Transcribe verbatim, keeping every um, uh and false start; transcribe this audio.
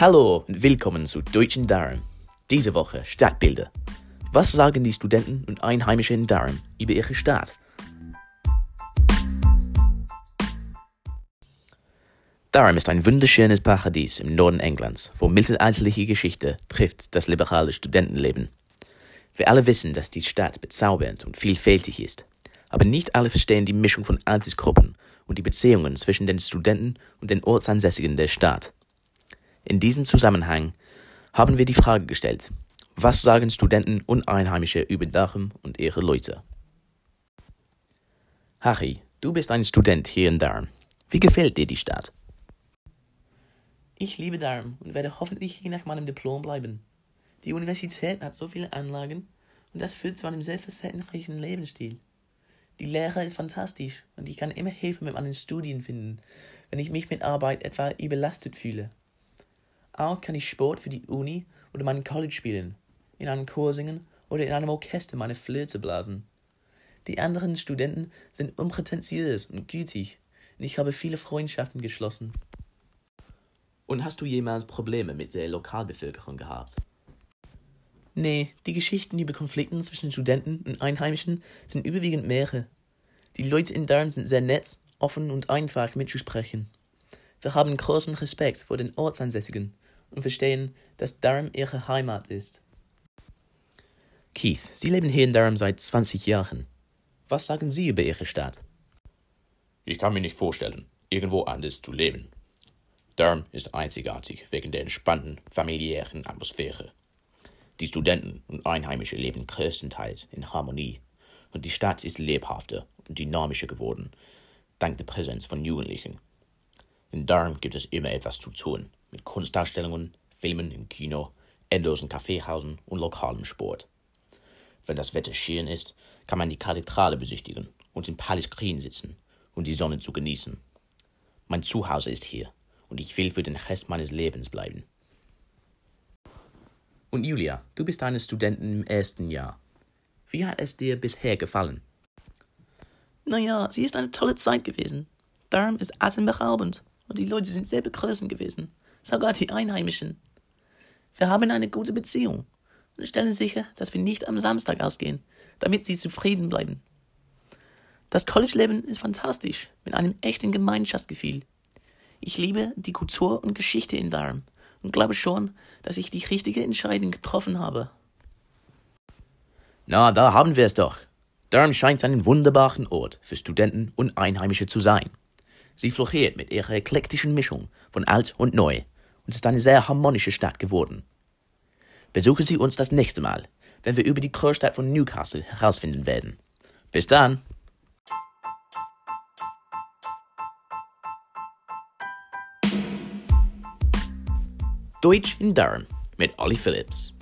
Hallo und willkommen zu Deutsch in Durham. Diese Woche Stadtbilder. Was sagen die Studenten und Einheimischen in Durham über ihre Stadt? Durham ist ein wunderschönes Paradies im Norden Englands, wo mittelalterliche Geschichte trifft das liberale Studentenleben. Wir alle wissen, dass die Stadt bezaubernd und vielfältig ist, aber nicht alle verstehen die Mischung von Altersgruppen und die Beziehungen zwischen den Studenten und den Ortsansässigen der Stadt. In diesem Zusammenhang haben wir die Frage gestellt: Was sagen Studenten und Einheimische über Durham und ihre Leute? Harry, du bist ein Student hier in Durham. Wie gefällt dir die Stadt? Ich liebe Durham und werde hoffentlich hier nach meinem Diplom bleiben. Die Universität hat so viele Anlagen und das führt zu einem sehr facettenreichen Lebensstil. Die Lehre ist fantastisch und ich kann immer Hilfe mit meinen Studien finden, wenn ich mich mit Arbeit etwa überlastet fühle. Auch kann ich Sport für die Uni oder meinen College spielen, in einem Chor singen oder in einem Orchester meine Flöte blasen. Die anderen Studenten sind unprätentiös und gütig und ich habe viele Freundschaften geschlossen. Und hast du jemals Probleme mit der Lokalbevölkerung gehabt? Nee, die Geschichten über Konflikte zwischen Studenten und Einheimischen sind überwiegend mehrere. Die Leute in Durham sind sehr nett, offen und einfach mitzusprechen. Wir haben großen Respekt vor den Ortsansässigen und verstehen, dass Durham ihre Heimat ist. Keith, Sie leben hier in Durham seit zwanzig Jahren. Was sagen Sie über Ihre Stadt? Ich kann mir nicht vorstellen, irgendwo anders zu leben. Durham ist einzigartig wegen der entspannten, familiären Atmosphäre. Die Studenten und Einheimische leben größtenteils in Harmonie und die Stadt ist lebhafter und dynamischer geworden, dank der Präsenz von Jugendlichen. In Durham gibt es immer etwas zu tun, mit Kunstausstellungen, Filmen im Kino, endlosen Kaffeehausen und lokalem Sport. Wenn das Wetter schön ist, kann man die Kathedrale besichtigen und im Palace Green sitzen und die Sonne zu genießen. Mein Zuhause ist hier und ich will für den Rest meines Lebens bleiben. Und Julia, du bist eine Studentin im ersten Jahr. Wie hat es dir bisher gefallen? Naja, sie ist eine tolle Zeit gewesen. Durham ist atemberaubend und die Leute sind sehr begrüßend gewesen, sogar die Einheimischen. Wir haben eine gute Beziehung und stellen sicher, dass wir nicht am Samstag ausgehen, damit sie zufrieden bleiben. Das College-Leben ist fantastisch, mit einem echten Gemeinschaftsgefühl. Ich liebe die Kultur und Geschichte in Durham und glaube schon, dass ich die richtige Entscheidung getroffen habe. Na, da haben wir es doch. Durham scheint einen wunderbaren Ort für Studenten und Einheimische zu sein. Sie floriert mit ihrer eklektischen Mischung von alt und neu und ist eine sehr harmonische Stadt geworden. Besuchen Sie uns das nächste Mal, wenn wir über die Großstadt von Newcastle herausfinden werden. Bis dann! Deutsch in Durham mit Ollie Phillips.